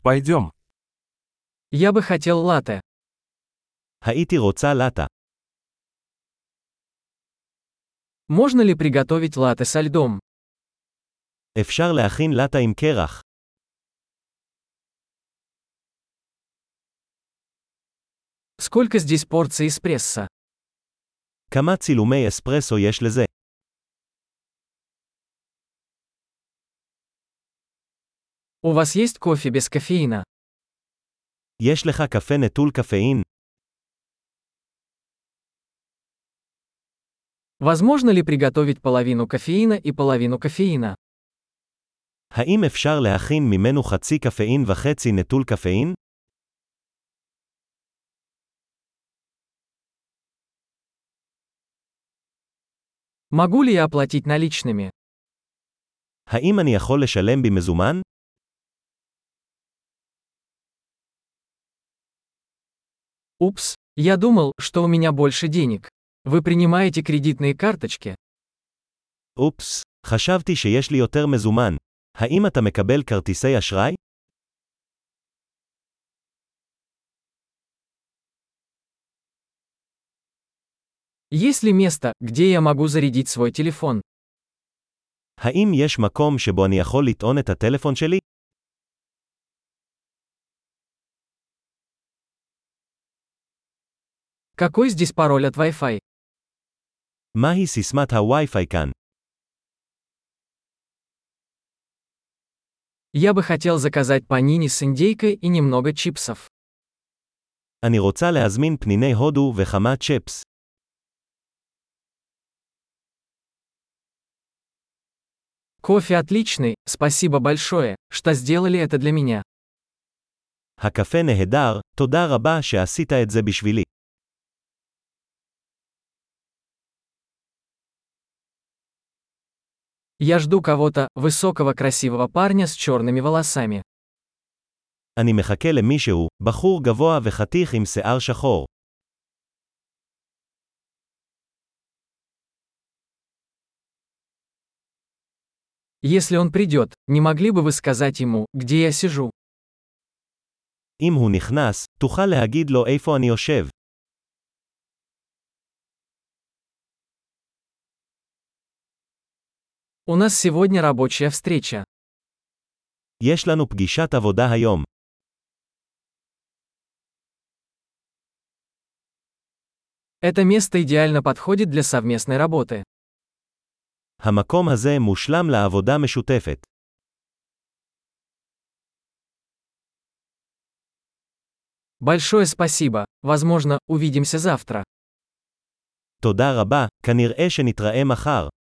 Пойдем. Я бы хотел латте. הייתי רוצה לטה. Можно ли приготовить латте со льдом? אפשר להכין לטה עם קרח. Сколько здесь порций эспрессо? כמה צילומי אספרסו יש לזה? У вас есть кофе без кофеина? יש לך קפה נטול קפאין? Возможно ли приготовить половину кофеина и половину кофеина? האם אפשר להכין ממנו חצי קפאין וחצי נטול קפאין? Могу ли я оплатить наличными? האם אני יכול לשלם במזומן? Упс, я думал, что у меня больше денег. Вы принимаете кредитные карточки? אופס, חשבתי שיש לי יותר מזומן. האם אתה מקבל כרטיסי אשראי? Есть ли место, где я могу зарядить свой телефон? האם יש מקום שבו אני יכול לטעון את הטלפון שלי? Какой здесь пароль от Wi-Fi? מהי סיסמת הווי-פיי כאן? Я бы хотел заказать панини с индейкой и немного чипсов. אני רוצה להזמין פניני הודו וכמה צ'פס. Кофе отличный, спасибо большое, что сделали это для меня. הקפה נהדר, תודה רבה שעשית את זה בשבילי. Я жду кого-то, высокого красивого парня с черными волосами. אני מחכה למישהו, בחור גבוה וחתיך עם שיער שחור. Если он придет, не могли бы вы сказать ему, где я сижу? אם הוא נכנס, תוכל להגיד לו איפה אני יושב. У нас сегодня рабочая встреча. יש לנו פגישת עבודה היום. Это место идеально подходит для совместной работы. המקום הזה מושלם לעבודה משותפת. Большое спасибо, возможно, увидимся завтра. תודה רבה, כנראה שנתראה מחר.